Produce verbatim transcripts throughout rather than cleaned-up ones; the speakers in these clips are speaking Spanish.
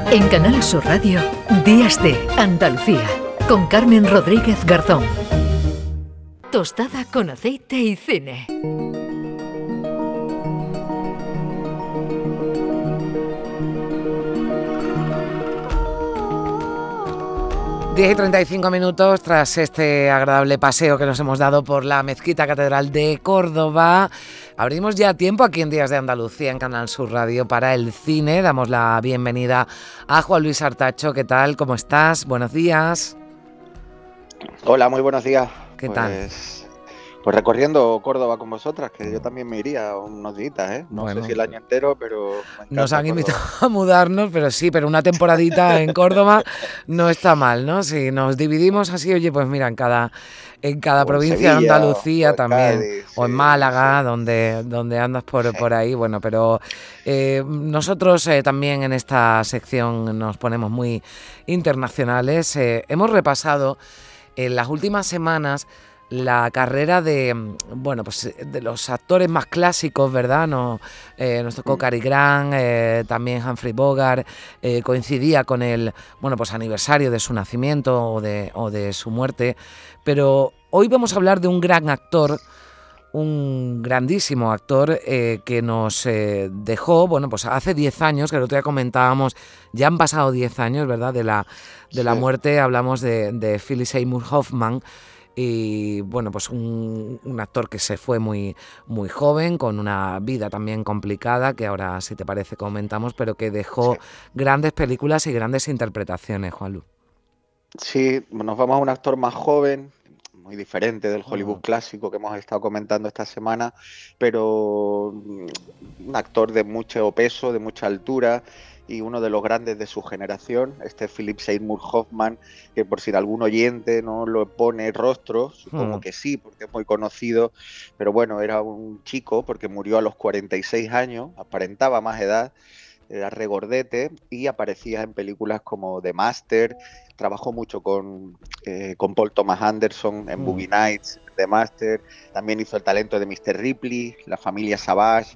En Canal Sur Radio, Días de Andalucía, con Carmen Rodríguez Garzón. Tostada con aceite y cine. diez y treinta y cinco minutos tras este agradable paseo que nos hemos dado por la Mezquita Catedral de Córdoba. Abrimos ya tiempo aquí en Días de Andalucía en Canal Sur Radio para el cine. Damos la bienvenida a Juan Luis Artacho. ¿Qué tal? ¿Cómo estás? Buenos días. Hola, muy buenos días. ¿Qué pues, tal? Pues recorriendo Córdoba con vosotras, que yo también me iría unos días, ¿eh? No bueno, sé si el año entero, pero me nos han Córdoba. invitado a mudarnos, pero sí, pero una temporadita en Córdoba no está mal, ¿no? Si nos dividimos así, oye, pues mira, en cada, en cada O en provincia de Sevilla, Andalucía o en también, Cádiz, o en sí, Málaga, sí. donde, donde andas por, Sí. por ahí, bueno, pero eh, nosotros eh, también en esta sección nos ponemos muy internacionales. Eh, hemos repasado en las últimas semanas la carrera de, bueno, pues de los actores más clásicos, ¿verdad? Nos, eh, nos tocó Cary Grant, eh, también Humphrey Bogart, eh, coincidía con el, bueno, pues aniversario de su nacimiento o de, o de su muerte, pero hoy vamos a hablar de un gran actor, un grandísimo actor eh, que nos eh, dejó, bueno, pues hace diez años, que el otro día comentábamos, ya han pasado diez años, ¿verdad? De la, de la Sí. muerte, hablamos de, de Philip Seymour Hoffman. Y bueno, pues un, un actor que se fue muy, muy joven, con una vida también complicada, que ahora, si te parece, comentamos, pero que dejó Sí. grandes películas y grandes interpretaciones, Juanlu. Sí, nos vamos a un actor más joven, muy diferente del Hollywood Mm. clásico que hemos estado comentando esta semana, pero mm, un actor de mucho peso, de mucha altura y uno de los grandes de su generación, este Philip Seymour Hoffman, que por si algún oyente no lo pone rostro, supongo Mm. que sí, porque es muy conocido, pero bueno, era un chico porque murió a los cuarenta y seis años, aparentaba más edad, era regordete y aparecía en películas como The Master. Trabajó mucho con, eh, con Paul Thomas Anderson en Mm. Boogie Nights, The Master. También hizo El talento de mister Ripley, La familia Savage,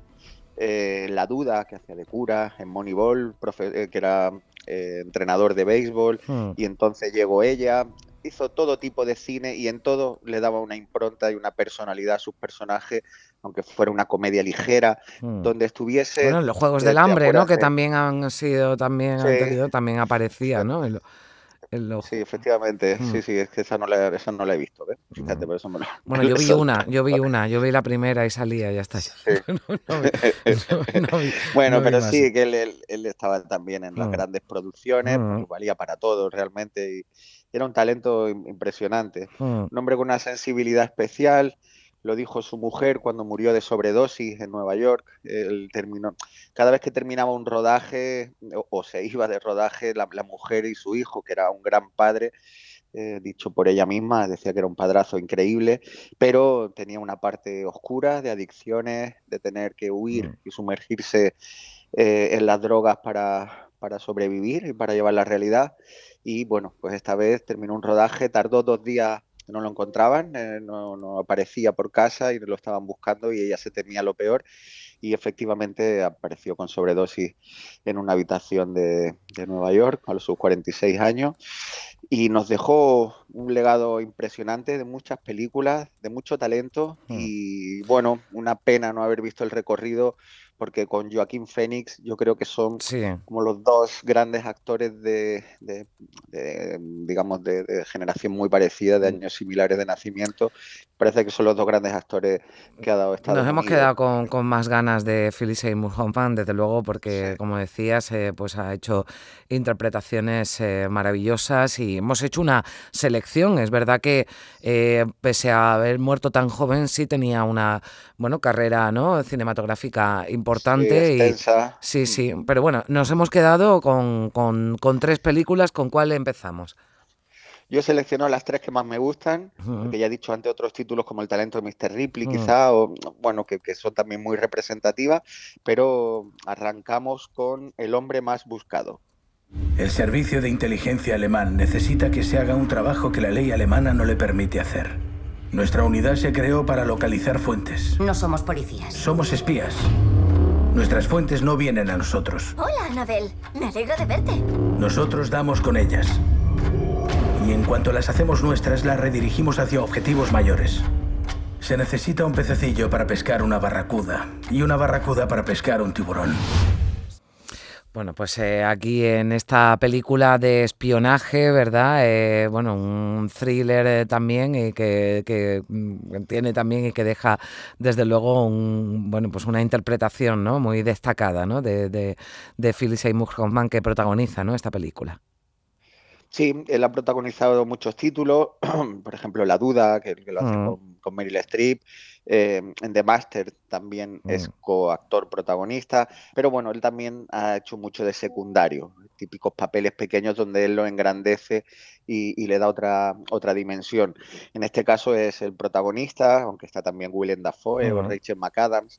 eh, La duda, que hacía de cura, en Moneyball, profe, eh, que era eh, entrenador de béisbol, Mm. y entonces llegó ella. Hizo todo tipo de cine y en todo le daba una impronta y una personalidad a sus personajes, aunque fuera una comedia ligera, Mm. donde estuviese Bueno, en los Juegos de, del de Hambre, ¿no? Que apuraje. también han sido, también Sí, han tenido, también aparecía, ¿no? En, lo- en los sí, Ju- efectivamente. Mm. Sí, sí, es que esa no la, esa no la he visto, ¿ves? Fíjate, Mm. por eso me lo, Bueno, me lo yo he vi una, saltado. yo vi una, yo vi la primera y salía, ya está. Sí. No, no vi, no, no vi, Bueno, no vi pero más. sí, que él, él, él estaba también en las Mm. grandes producciones, Mm. pues valía para todo realmente, y era un talento im- impresionante. Mm. Un hombre con una sensibilidad especial, lo dijo su mujer cuando murió de sobredosis en Nueva York. Él terminó, cada vez que terminaba un rodaje o, o se iba de rodaje, la, la mujer y su hijo, que era un gran padre, eh, dicho por ella misma, decía que era un padrazo increíble, pero tenía una parte oscura de adicciones, de tener que huir Mm. y sumergirse eh, en las drogas para, para sobrevivir y para llevar la realidad. Y bueno, pues esta vez terminó un rodaje, tardó dos días, no lo encontraban, eh, no, no aparecía por casa y lo estaban buscando y ella se temía lo peor y efectivamente apareció con sobredosis en una habitación de, de Nueva York a los sus cuarenta y seis años y nos dejó un legado impresionante de muchas películas, de mucho talento Mm. y bueno, una pena no haber visto el recorrido porque con Joaquín Phoenix yo creo que son Sí. como los dos grandes actores de, de, de digamos, de, de generación muy parecida, de años similares de nacimiento. Parece que son los dos grandes actores que ha dado Estados Nos hemos Unidos. quedado con, con más ganas de Philip Seymour Hoffman, desde luego, porque, Sí. como decías, eh, pues ha hecho interpretaciones eh, maravillosas y hemos hecho una selección. Es verdad que, eh, pese a haber muerto tan joven, sí tenía una, bueno, carrera, ¿no?, cinematográfica Sí, importante y extensa. sí, sí. Pero bueno, nos hemos quedado con, con, con tres películas. ¿Con cuál empezamos? Yo selecciono las tres que más me gustan, Ujú, porque ya he dicho antes otros títulos como El talento de mister Ripley, ujú. quizá, o bueno, que, que son también muy representativas, pero arrancamos con El hombre más buscado. El servicio de inteligencia alemán necesita que se haga un trabajo que la ley alemana no le permite hacer. Nuestra unidad se creó para localizar fuentes. No somos policías. Somos espías. Nuestras fuentes no vienen a nosotros. Hola, Anabel. Me alegro de verte. Nosotros damos con ellas. Y en cuanto las hacemos nuestras, las redirigimos hacia objetivos mayores. Se necesita un pececillo para pescar una barracuda y una barracuda para pescar un tiburón. Bueno, pues eh, aquí en esta película de espionaje, ¿verdad? Eh, bueno, un thriller eh, también y que, que mm, tiene también y que deja desde luego un, bueno, pues una interpretación, ¿no?, muy destacada, ¿no?, de, de, de Philip Seymour Hoffman, que protagoniza, ¿no?, esta película. Sí, él ha protagonizado muchos títulos, por ejemplo La Duda, que, que lo hace Mm, con, con Meryl Streep, eh, en The Master también mm, es coactor protagonista, pero bueno, él también ha hecho mucho de secundario, típicos papeles pequeños donde él lo engrandece y, y le da otra, otra dimensión. En este caso es el protagonista, aunque está también Willem Dafoe o mm, Rachel McAdams,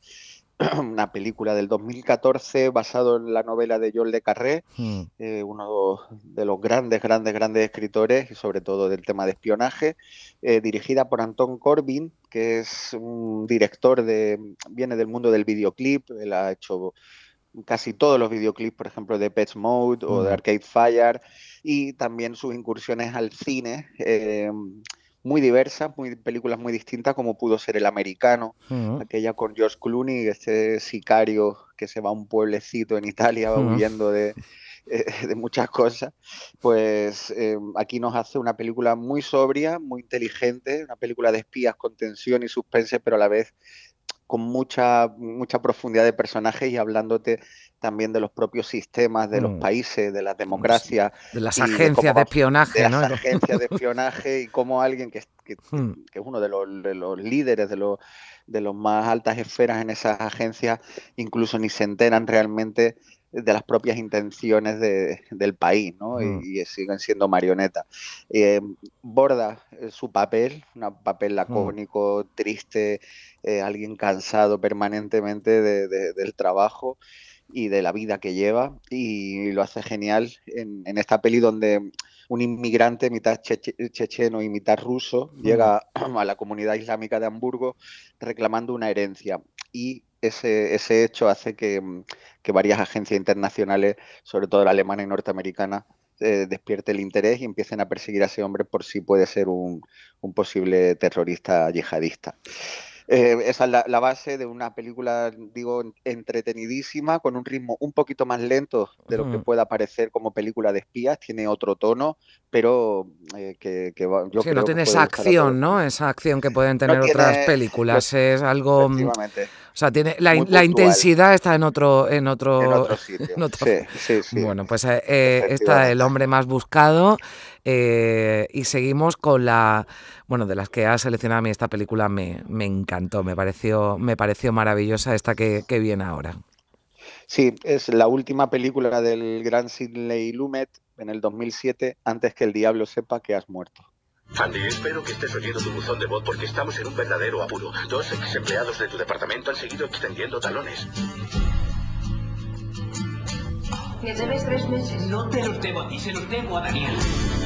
una película del dos mil catorce basado en la novela de Joel le Carré, mm, eh, uno de los grandes, grandes, grandes escritores, y sobre todo del tema de espionaje, eh, dirigida por Anton Corbijn, que es un director de, viene del mundo del videoclip. Él ha hecho casi todos los videoclips, por ejemplo, de Pet Mode o de mm, Arcade Fire, y también sus incursiones al cine, eh, muy diversas, muy, películas muy distintas, como pudo ser El Americano, mm, aquella con George Clooney, este sicario que se va a un pueblecito en Italia mm, huyendo de, eh, de muchas cosas. Pues eh, aquí nos hace una película muy sobria, muy inteligente, una película de espías con tensión y suspense, pero a la vez con mucha, mucha profundidad de personajes y hablándote también de los propios sistemas, de los mm. países, de las Pues, democracias de las y de cómo agencias de va de espionaje, las ¿no? agencias de espionaje y cómo alguien que, que, que Mm, es uno de los, de los líderes, de los, de los más altas esferas en esas agencias, incluso ni se enteran realmente de las propias intenciones de, del país, ¿no? mm, Y, y siguen siendo marionetas. Eh, Borda eh, su papel, un papel mm. lacónico, triste, eh, alguien cansado permanentemente de, de, del trabajo y de la vida que lleva, y lo hace genial en, en esta peli donde un inmigrante mitad cheche, checheno y mitad ruso Mm. llega a la comunidad islámica de Hamburgo reclamando una herencia, y ese, ese hecho hace que, que varias agencias internacionales, sobre todo la alemana y norteamericana, eh, despierte el interés y empiecen a perseguir a ese hombre por si puede ser un, un posible terrorista yihadista. Eh, esa es la, la, base de una película, digo, entretenidísima, con un ritmo un poquito más lento de lo que Mm. pueda parecer como película de espías, tiene otro tono, pero eh, que, que va, yo Sí, no creo que tiene puede esa gustar a todo el acción, ¿no? mundo. Esa acción que pueden No tener otras tiene, lo, películas. Es algo, mm, o efectivamente, sea, tiene la, muy in- la puntual, intensidad está en otro, en en otro, otro en sitio. otro. Sí, sí, sí, Bueno, pues eh, eh, está El efectivamente. hombre más buscado, eh, y seguimos con la, bueno, de las que ha seleccionado a mí esta película me, me encantó, me pareció, me pareció maravillosa esta que, que viene ahora. Sí, es la última película del gran Sidney Lumet en el dos mil siete, Antes que el diablo sepa que has muerto. Andy, espero que estés oyendo tu buzón de voz porque estamos en un verdadero apuro. Dos ex empleados de tu departamento han seguido extendiendo talones. Me debes tres meses. No te los debo a ti, se los debo a Daniel.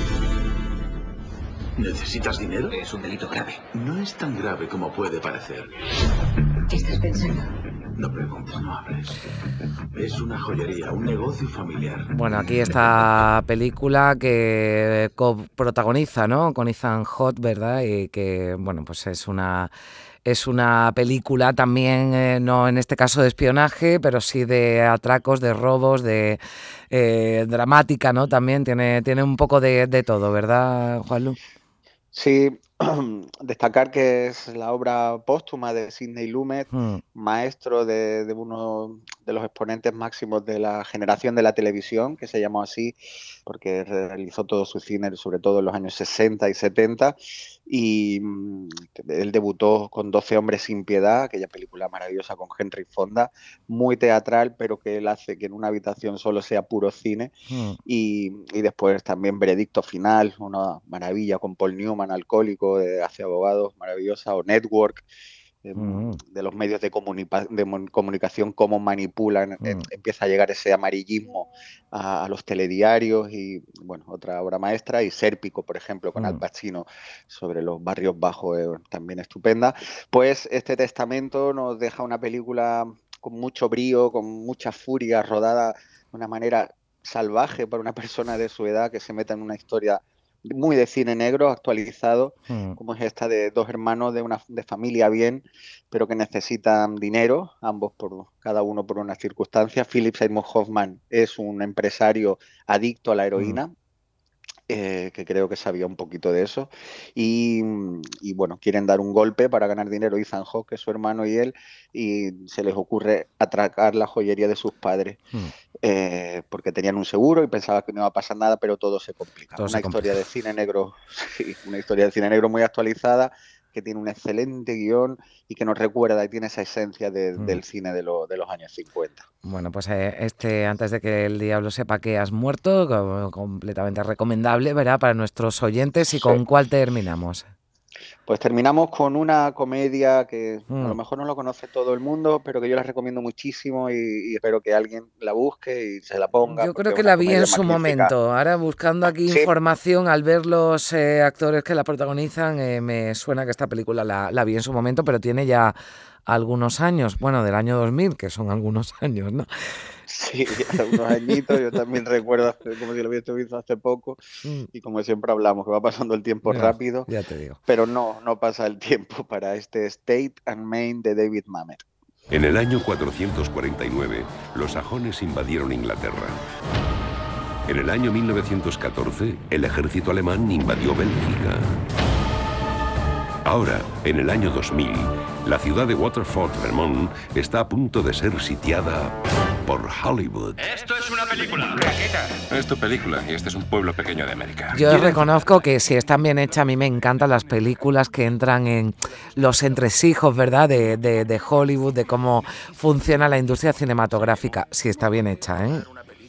¿Necesitas dinero? Es un delito grave. No es tan grave como puede parecer. ¿Qué estás pensando? No preguntes, no hables. Es una joyería, un negocio familiar. Bueno, aquí esta película que protagoniza, ¿no?, con Ethan Hawke, ¿verdad? Y que, bueno, pues es una es una película también, eh, no en este caso de espionaje, pero sí de atracos, de robos, de eh, dramática, ¿no? También tiene, tiene un poco de, de todo, ¿verdad, Juanlu? Sí, destacar que es la obra póstuma de Sidney Lumet, Hmm. maestro de, de uno de los exponentes máximos de la generación de la televisión, que se llamó así porque realizó todo su cine, sobre todo en los años sesenta y setenta, y mm, él debutó con doce hombres sin piedad, aquella película maravillosa con Henry Fonda, muy teatral, pero que él hace que en una habitación solo sea puro cine. Hmm. Y, y después también Veredicto Final, una maravilla con Paul Newman, alcohólico, de Hacia Abogados, maravillosa, o Network, eh, Mm. de los medios de, comunica de comunicación, cómo manipulan, Mm. eh, empieza a llegar ese amarillismo a, a los telediarios, y bueno, otra obra maestra, y Sérpico, por ejemplo, con Mm. Al Pacino, sobre los barrios bajos, eh, también estupenda. Pues este testamento nos deja una película con mucho brío, con mucha furia, rodada de una manera salvaje para una persona de su edad que se meta en una historia muy de cine negro actualizado, Mm. como es esta de dos hermanos de una de familia bien, pero que necesitan dinero, ambos por cada uno por unas circunstancias. Philip Seymour Hoffman es un empresario adicto a la heroína. Mm. Eh, que creo que sabía un poquito de eso, y, y bueno, quieren dar un golpe para ganar dinero Ethan Hawke, que es su hermano, y él, y se les ocurre atracar la joyería de sus padres, Mm. eh, porque tenían un seguro y pensaban que no iba a pasar nada, pero todo se complica. Todo una se historia complica. de cine negro, sí, una historia de cine negro muy actualizada, que tiene un excelente guión y que nos recuerda y tiene esa esencia de, Mm. del cine de, lo, de los años cincuenta. Bueno, pues eh, este, antes de que el diablo sepa que has muerto, co- completamente recomendable, ¿verdad? Para nuestros oyentes. ¿Y Sí. con cuál terminamos? Pues terminamos con una comedia que Mm. a lo mejor no lo conoce todo el mundo, pero que yo la recomiendo muchísimo y, y espero que alguien la busque y se la ponga, Yo porque creo es que una la vi comedia en su magnífica. momento. Ahora buscando aquí Sí, información, al ver los eh, actores que la protagonizan, eh, me suena que esta película la, la vi en su momento, pero tiene ya algunos años, bueno, del año dos mil, que son algunos años, ¿no? sí, hace unos añitos, yo también recuerdo hace- como si lo hubiese visto hace poco, Mm. y como siempre hablamos, que va pasando el tiempo Ya, rápido, ya te digo. pero no, no pasa el tiempo para este State and Main de David Mamet. En el año cuatrocientos cuarenta y nueve, los sajones invadieron Inglaterra. En el año mil novecientos catorce, el ejército alemán invadió Bélgica. Ahora, en el año dos mil, la ciudad de Waterford, Vermont, está a punto de ser sitiada por Hollywood. Esto es una película. Es tu película y este es un pueblo pequeño de América. Yo reconozco que si están bien hechas, a mí me encantan las películas que entran en los entresijos, ¿verdad? De, de, de Hollywood, de cómo funciona la industria cinematográfica, si está bien hecha, ¿eh?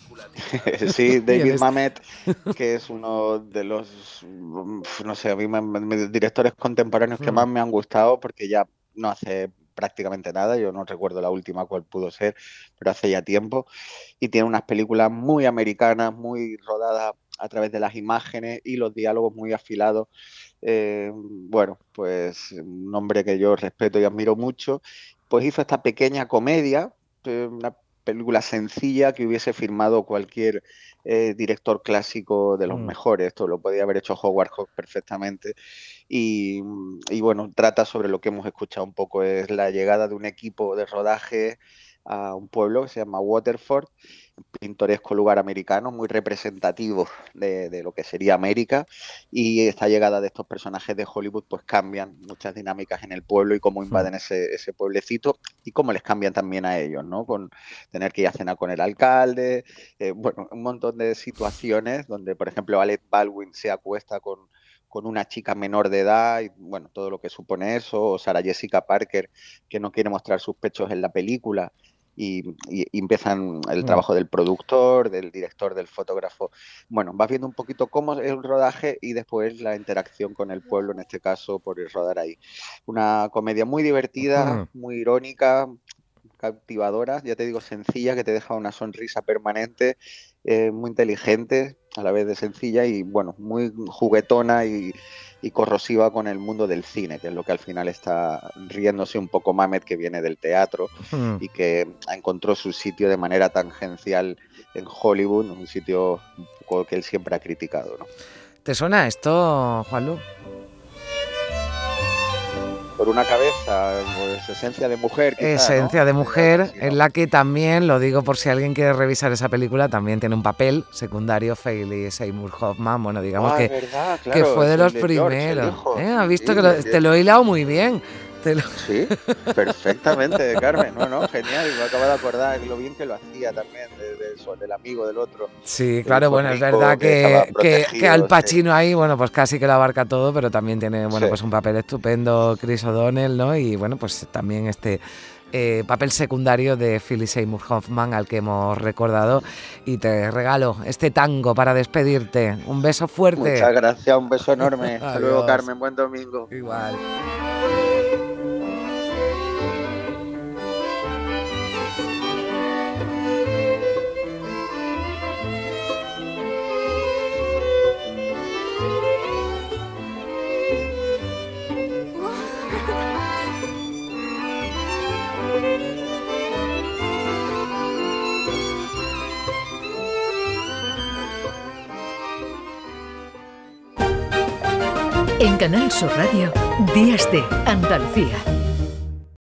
Sí, David Tienes- Mamet, que es uno de los, uf, no sé, a mí me- me- directores contemporáneos que Mm. más me han gustado, porque ya no hace prácticamente nada, yo no recuerdo la última cuál pudo ser, pero hace ya tiempo, y tiene unas películas muy americanas, muy rodadas a través de las imágenes y los diálogos muy afilados. Eh, bueno, pues un hombre que yo respeto y admiro mucho, pues hizo esta pequeña comedia, eh, una película sencilla que hubiese firmado cualquier eh, director clásico de los Mm. mejores. Esto lo podía haber hecho Howard Hawks perfectamente. Y, y bueno, trata sobre lo que hemos escuchado un poco, es la llegada de un equipo de rodaje a un pueblo que se llama Waterford, un pintoresco lugar americano, muy representativo de, de lo que sería América, y esta llegada de estos personajes de Hollywood pues cambian muchas dinámicas en el pueblo y cómo invaden ese, ese pueblecito y cómo les cambian también a ellos, ¿no? Con tener que ir a cenar con el alcalde, eh, bueno, un montón de situaciones donde, por ejemplo, Alec Baldwin se acuesta con con una chica menor de edad, y bueno, todo lo que supone eso, o Sarah Jessica Parker, que no quiere mostrar sus pechos en la película, y, y, y empiezan el Mm. trabajo del productor, del director, del fotógrafo. Bueno, vas viendo un poquito cómo es el rodaje y después la interacción con el pueblo, en este caso, por el rodar ahí. Una comedia muy divertida, Mm. muy irónica, captivadora, ya te digo, sencilla, que te deja una sonrisa permanente, eh, muy inteligente, a la vez de sencilla y, bueno, muy juguetona y, y corrosiva con el mundo del cine, que es lo que al final está riéndose un poco Mamet, que viene del teatro Mm. y que encontró su sitio de manera tangencial en Hollywood, un sitio un poco que él siempre ha criticado, ¿no? ¿Te suena esto, Juanlu? Por una cabeza, pues esencia de mujer, quizá, Esencia ¿no? de mujer, Algo así, ¿no? en la que también, lo digo por si alguien quiere revisar esa película, también tiene un papel secundario Philip Seymour Hoffman, bueno, digamos Ah, que, es verdad, que claro, fue de es los el de George, el primeros. hijo. ¿Eh? ¿Has visto Sí, que lo- sí, te lo he hilado muy bien? Te lo- sí, perfectamente, Carmen. No, no, genial. Y me acabo de acordar lo bien que lo hacía también, de, de eso, del amigo del otro. Sí, El claro, hijo bueno, es rico verdad que estaba que, que, que Al protegido, Pacino ahí, bueno, pues casi que lo abarca todo, pero también tiene, bueno, Sí. pues un papel estupendo Chris O'Donnell, ¿no? Y bueno, pues también este eh, papel secundario de Philip Seymour Hoffman al que hemos recordado. Y te regalo este tango para despedirte. Un beso fuerte. Muchas gracias, un beso enorme. Hasta luego, Adiós. Carmen. Buen domingo. Igual. En Canal Sur Radio, Días de Andalucía.